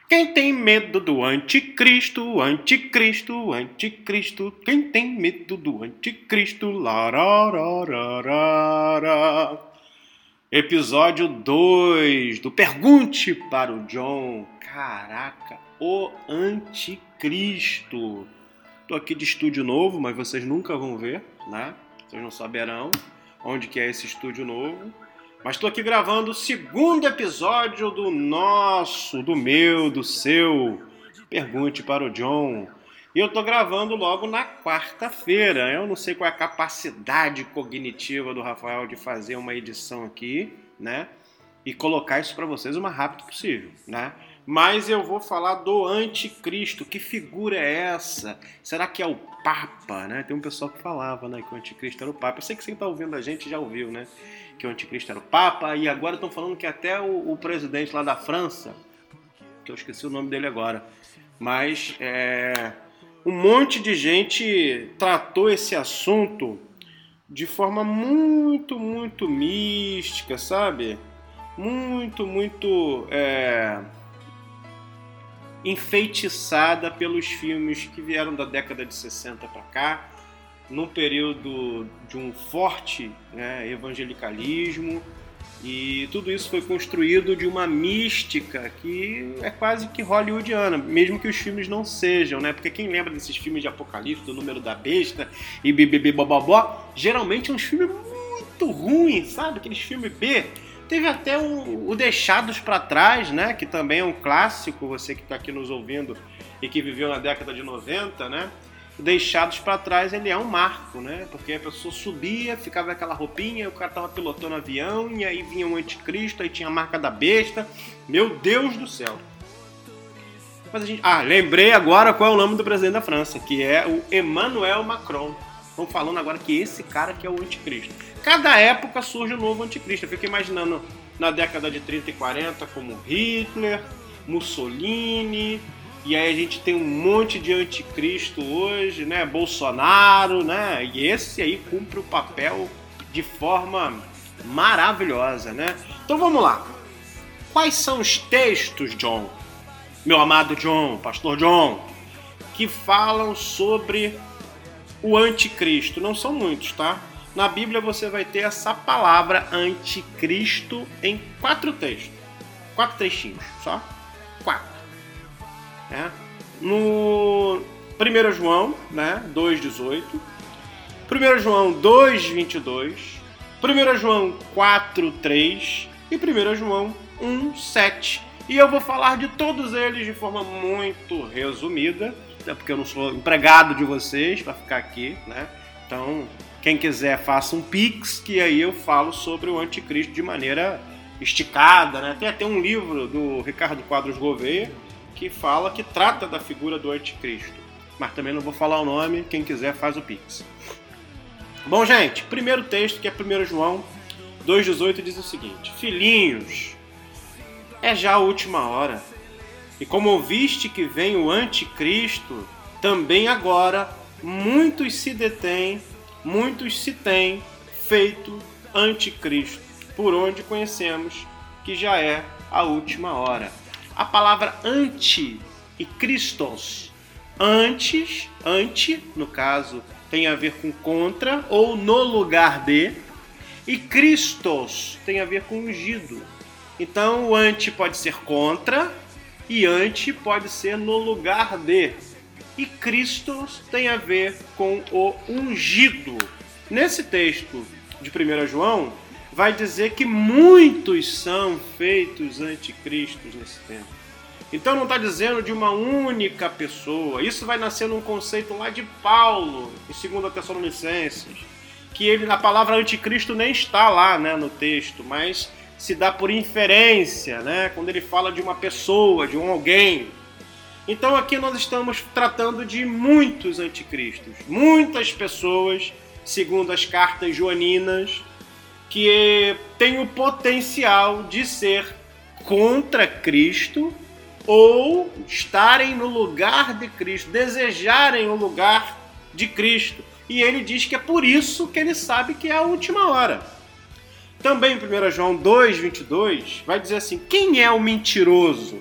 Quem tem medo do anticristo, anticristo, anticristo? Quem tem medo do anticristo? Lararararara. Episódio 2 do Pergunte para o John. Caraca, o anticristo. Tô aqui de estúdio novo, mas vocês nunca vão ver, né? Vocês não saberão onde que é esse estúdio novo. Mas estou aqui gravando o segundo episódio do nosso, do meu, do seu Pergunte para o John. E eu estou gravando logo na quarta-feira. Eu não sei qual é a capacidade cognitiva do Rafael de fazer uma edição aqui, né? E colocar isso para vocês o mais rápido possível, né? Mas eu vou falar do anticristo. Que figura é essa? Será que é o Papa, né? Tem um pessoal que falava, né, que o anticristo era o Papa. Eu sei que quem está ouvindo a gente já ouviu, né? Que o anticristo era o Papa. E agora estão falando que até o presidente lá da França, que eu esqueci o nome dele agora, mas um monte de gente tratou esse assunto de forma muito, muito mística, sabe? Muito enfeitiçada pelos filmes que vieram da década de 60 para cá, num período de um forte, né, evangelicalismo, e tudo isso foi construído de uma mística que é quase que hollywoodiana, mesmo que os filmes não sejam, né? Porque quem lembra desses filmes de Apocalipse, do Número da Besta e bibibibobobó, geralmente é uns filmes muito ruins, sabe? Aqueles filmes B. Teve até o Deixados para Trás, né? Que também é um clássico, você que está aqui nos ouvindo e que viveu na década de 90, né? O Deixados para Trás, ele é um marco, né? Porque a pessoa subia, ficava aquela roupinha, o cara tava pilotando o avião, e aí vinha o anticristo, aí tinha a marca da besta. Meu Deus do céu! Mas a gente... lembrei agora qual é o nome do presidente da França, que é o Emmanuel Macron. Estão falando agora que esse cara que é o anticristo. Cada época surge um novo anticristo. Eu fico imaginando na década de 30 e 40 como Hitler, Mussolini, e aí a gente tem um monte de anticristo hoje, né? Bolsonaro, né? E esse aí cumpre o papel de forma maravilhosa, né? Então vamos lá. Quais são os textos, John, meu amado John, pastor John, que falam sobre o anticristo? Não são muitos, tá? Na Bíblia você vai ter essa palavra anticristo em 4 textos. 4 textinhos, só? 4. No 1 João, né, 2,18, 1 João 2,22, 1 João 4,3 e 1 João 1,7. E eu vou falar de todos eles de forma muito resumida, até porque eu não sou empregado de vocês para ficar aqui, né? Então, quem quiser faça um pix, que aí eu falo sobre o anticristo de maneira esticada, né? Tem até um livro do Ricardo Quadros Gouveia que fala, que trata da figura do anticristo. Mas também não vou falar o nome, quem quiser faz o pix. Bom, gente, primeiro texto, que é 1 João 2,18, diz o seguinte: Filhinhos, é já a última hora, e como ouviste que vem o anticristo, também agora muitos se têm feito anticristo, por onde conhecemos que já é a última hora. A palavra anti e Christos, antes, ante, no caso, tem a ver com contra ou no lugar de, e Christos tem a ver com ungido. Então o anti pode ser contra e ante pode ser no lugar de. E Christos tem a ver com o ungido. Nesse texto de 1 João, vai dizer que muitos são feitos anticristos nesse tempo. Então não está dizendo de uma única pessoa. Isso vai nascer num conceito lá de Paulo, em 2 Tessalonicenses, que ele, a palavra anticristo nem está lá, né, no texto, mas se dá por inferência, né, quando ele fala de uma pessoa, de um alguém. Então aqui nós estamos tratando de muitos anticristos, muitas pessoas, segundo as cartas joaninas, que têm o potencial de ser contra Cristo ou estarem no lugar de Cristo, desejarem o lugar de Cristo. E ele diz que é por isso que ele sabe que é a última hora. Também em 1 João 2,22 vai dizer assim: quem é o mentiroso,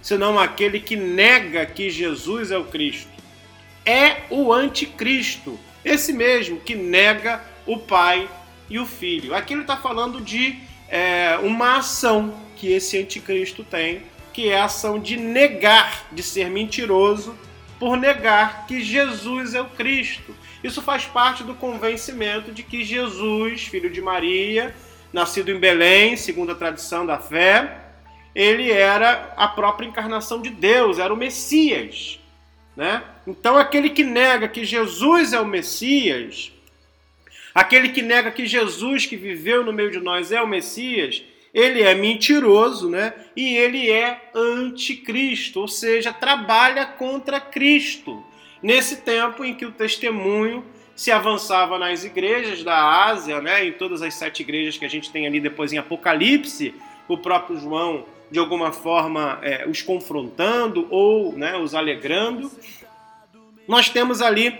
senão aquele que nega que Jesus é o Cristo. É o anticristo, esse mesmo que nega o Pai e o Filho. Aqui ele está falando de uma ação que esse anticristo tem, que é a ação de negar, de ser mentiroso, por negar que Jesus é o Cristo. Isso faz parte do convencimento de que Jesus, filho de Maria, nascido em Belém, segundo a tradição da fé, ele era a própria encarnação de Deus, era o Messias, né? Então aquele que nega que Jesus é o Messias, aquele que nega que Jesus que viveu no meio de nós é o Messias, ele é mentiroso, né? E ele é anticristo, ou seja, trabalha contra Cristo. Nesse tempo em que o testemunho se avançava nas igrejas da Ásia, né? Em todas as 7 igrejas que a gente tem ali depois em Apocalipse, o próprio João, de alguma forma, os confrontando ou, né, os alegrando. Nós temos ali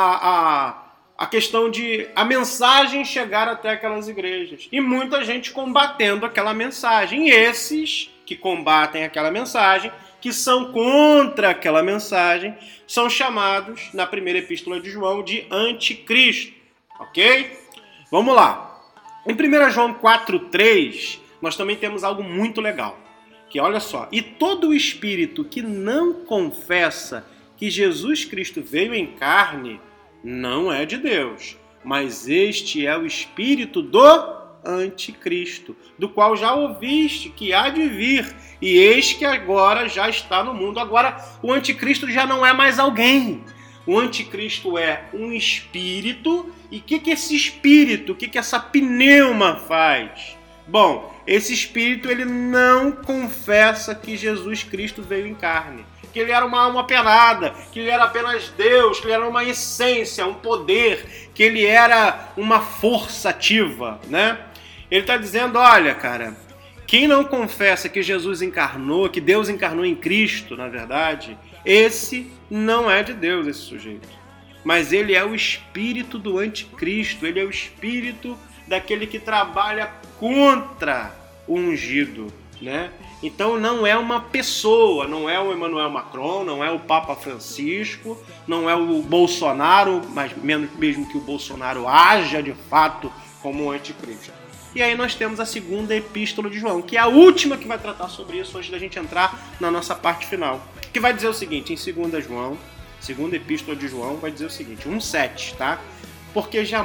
a questão de a mensagem chegar até aquelas igrejas. E muita gente combatendo aquela mensagem. E esses que combatem aquela mensagem, que são contra aquela mensagem, são chamados, na primeira epístola de João, de anticristo. Ok? Vamos lá. Em 1 João 4,3, nós também temos algo muito legal. Que olha só, e todo o espírito que não confessa que Jesus Cristo veio em carne, não é de Deus, mas este é o espírito do anticristo, do qual já ouviste que há de vir, e eis que agora já está no mundo. Agora, o anticristo já não é mais alguém. O anticristo é um espírito, e o que esse espírito, o que essa pneuma faz? Bom, esse espírito ele não confessa que Jesus Cristo veio em carne, que ele era uma alma penada, que ele era apenas Deus, que ele era uma essência, um poder, que ele era uma força ativa, né? Ele está dizendo, olha, cara, quem não confessa que Jesus encarnou, que Deus encarnou em Cristo, na verdade, esse não é de Deus, esse sujeito. Mas ele é o espírito do anticristo, ele é o espírito daquele que trabalha contra o ungido, né? Então não é uma pessoa, não é o Emmanuel Macron, não é o Papa Francisco, não é o Bolsonaro, mas mesmo que o Bolsonaro haja de fato como um anticristo. E aí nós temos a segunda epístola de João, que é a última que vai tratar sobre isso antes da gente entrar na nossa parte final. Que vai dizer o seguinte, em 2 João, segunda epístola de João, vai dizer o seguinte, 1,7, tá? Porque já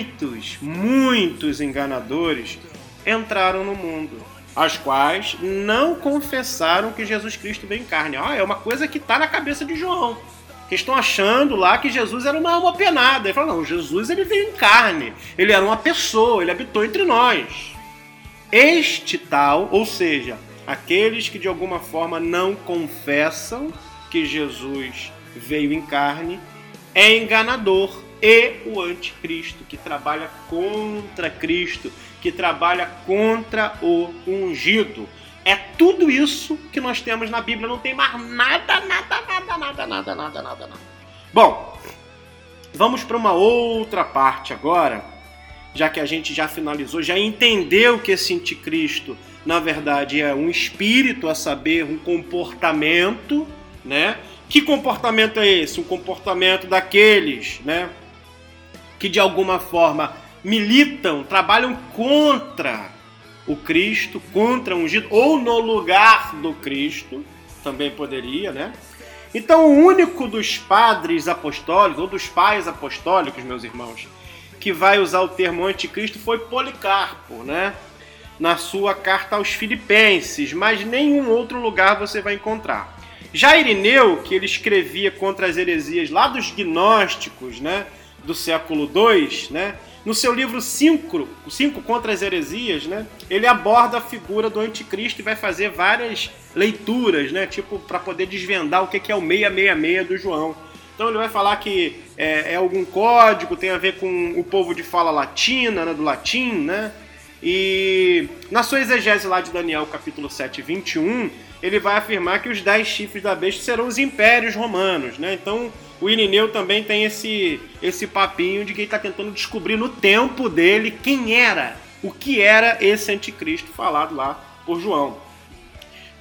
muitos enganadores entraram no mundo, as quais não confessaram que Jesus Cristo veio em carne. É uma coisa que está na cabeça de João. Que estão achando lá que Jesus era uma alma penada. Ele fala, não, Jesus ele veio em carne. Ele era uma pessoa, ele habitou entre nós. Este tal, ou seja, aqueles que de alguma forma não confessam que Jesus veio em carne, é enganador. E o anticristo, que trabalha contra Cristo, que trabalha contra o ungido. É tudo isso que nós temos na Bíblia, não tem mais nada. Bom, vamos para uma outra parte agora, já que a gente já finalizou, já entendeu que esse anticristo, na verdade, é um espírito, a saber, um comportamento, né? Que comportamento é esse? Um comportamento daqueles, né, que de alguma forma militam, trabalham contra o Cristo, contra o ungido, ou no lugar do Cristo, também poderia, né? Então o único dos padres apostólicos, ou dos pais apostólicos, meus irmãos, que vai usar o termo anticristo foi Policarpo, né? Na sua carta aos Filipenses, mas nenhum outro lugar você vai encontrar. Já Irineu, que ele escrevia contra as heresias lá dos gnósticos, né? Do século II, né? No seu livro 5 contra as heresias, né? Ele aborda a figura do anticristo e vai fazer várias leituras, né? Tipo, para poder desvendar o que é o 666 do João. Então ele vai falar que é algum código, tem a ver com o povo de fala latina, né? Do latim, né? E na sua exegese lá de Daniel, capítulo 7, 21, ele vai afirmar que os 10 chifres da besta serão os impérios romanos, né? Então o Irineu também tem esse papinho de que ele está tentando descobrir no tempo dele quem era, o que era esse anticristo falado lá por João.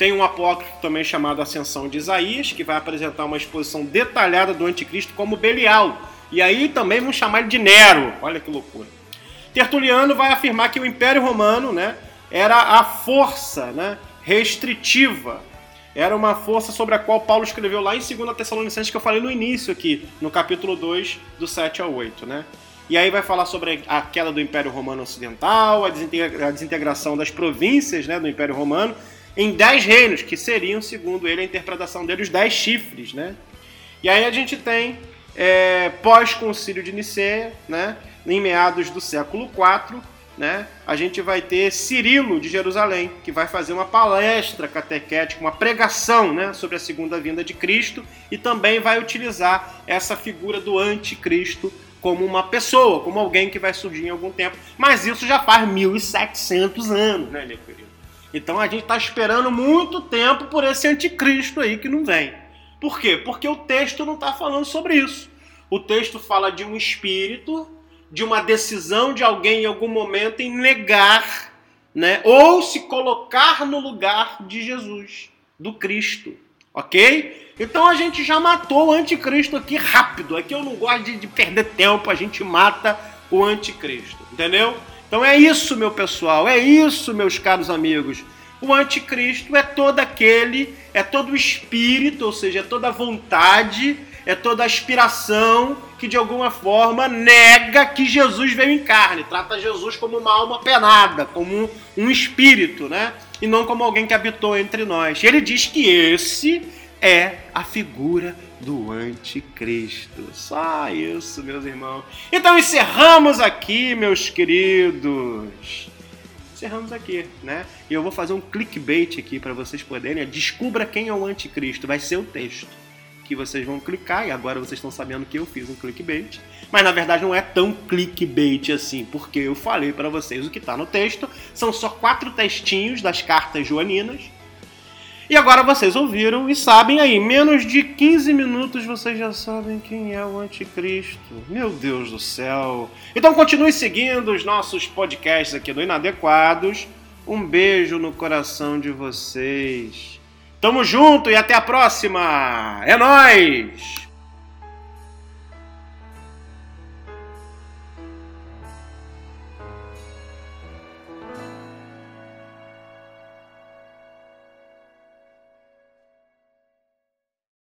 Tem um apócrifo também chamado Ascensão de Isaías, que vai apresentar uma exposição detalhada do anticristo como Belial. E aí também vão chamar ele de Nero. Olha que loucura. Tertuliano vai afirmar que o Império Romano, né, era a força, né, restritiva. Era uma força sobre a qual Paulo escreveu lá em 2 Tessalonicenses, que eu falei no início aqui, no capítulo 2, do 7 ao 8, né? E aí vai falar sobre a queda do Império Romano Ocidental, a desintegração das províncias, né, do Império Romano, em 10 reinos, que seriam, segundo ele, a interpretação dele, os 10 chifres, né? E aí a gente tem, pós-concílio de Nicéia, né, em meados do século IV, né, a gente vai ter Cirilo de Jerusalém, que vai fazer uma palestra catequética, uma pregação, né, sobre a segunda vinda de Cristo, e também vai utilizar essa figura do anticristo como uma pessoa, como alguém que vai surgir em algum tempo. Mas isso já faz 1.700 anos, né, meu querido? Então a gente está esperando muito tempo por esse anticristo aí que não vem. Por quê? Porque o texto não está falando sobre isso. O texto fala de um espírito, de uma decisão de alguém em algum momento em negar, né, ou se colocar no lugar de Jesus, do Cristo, ok? Então a gente já matou o anticristo aqui rápido. Aqui eu não gosto de perder tempo, a gente mata o anticristo, entendeu? Então é isso, meu pessoal, é isso, meus caros amigos. O anticristo é todo o espírito, ou seja, é toda a vontade, é toda a aspiração que de alguma forma nega que Jesus veio em carne, trata Jesus como uma alma penada, como um espírito, né? E não como alguém que habitou entre nós. E ele diz que esse é a figura do anticristo. Só isso, meus irmãos. Então encerramos aqui, meus queridos. Encerramos aqui, né? E eu vou fazer um clickbait aqui para vocês poderem. Descubra quem é o anticristo. Vai ser o texto que vocês vão clicar. E agora vocês estão sabendo que eu fiz um clickbait. Mas na verdade não é tão clickbait assim, porque eu falei para vocês o que está no texto. São só 4 textinhos das cartas joaninas. E agora vocês ouviram e sabem aí, menos de 15 minutos vocês já sabem quem é o anticristo. Meu Deus do céu. Então continue seguindo os nossos podcasts aqui do Inadequados. Um beijo no coração de vocês. Tamo junto e até a próxima. É nóis!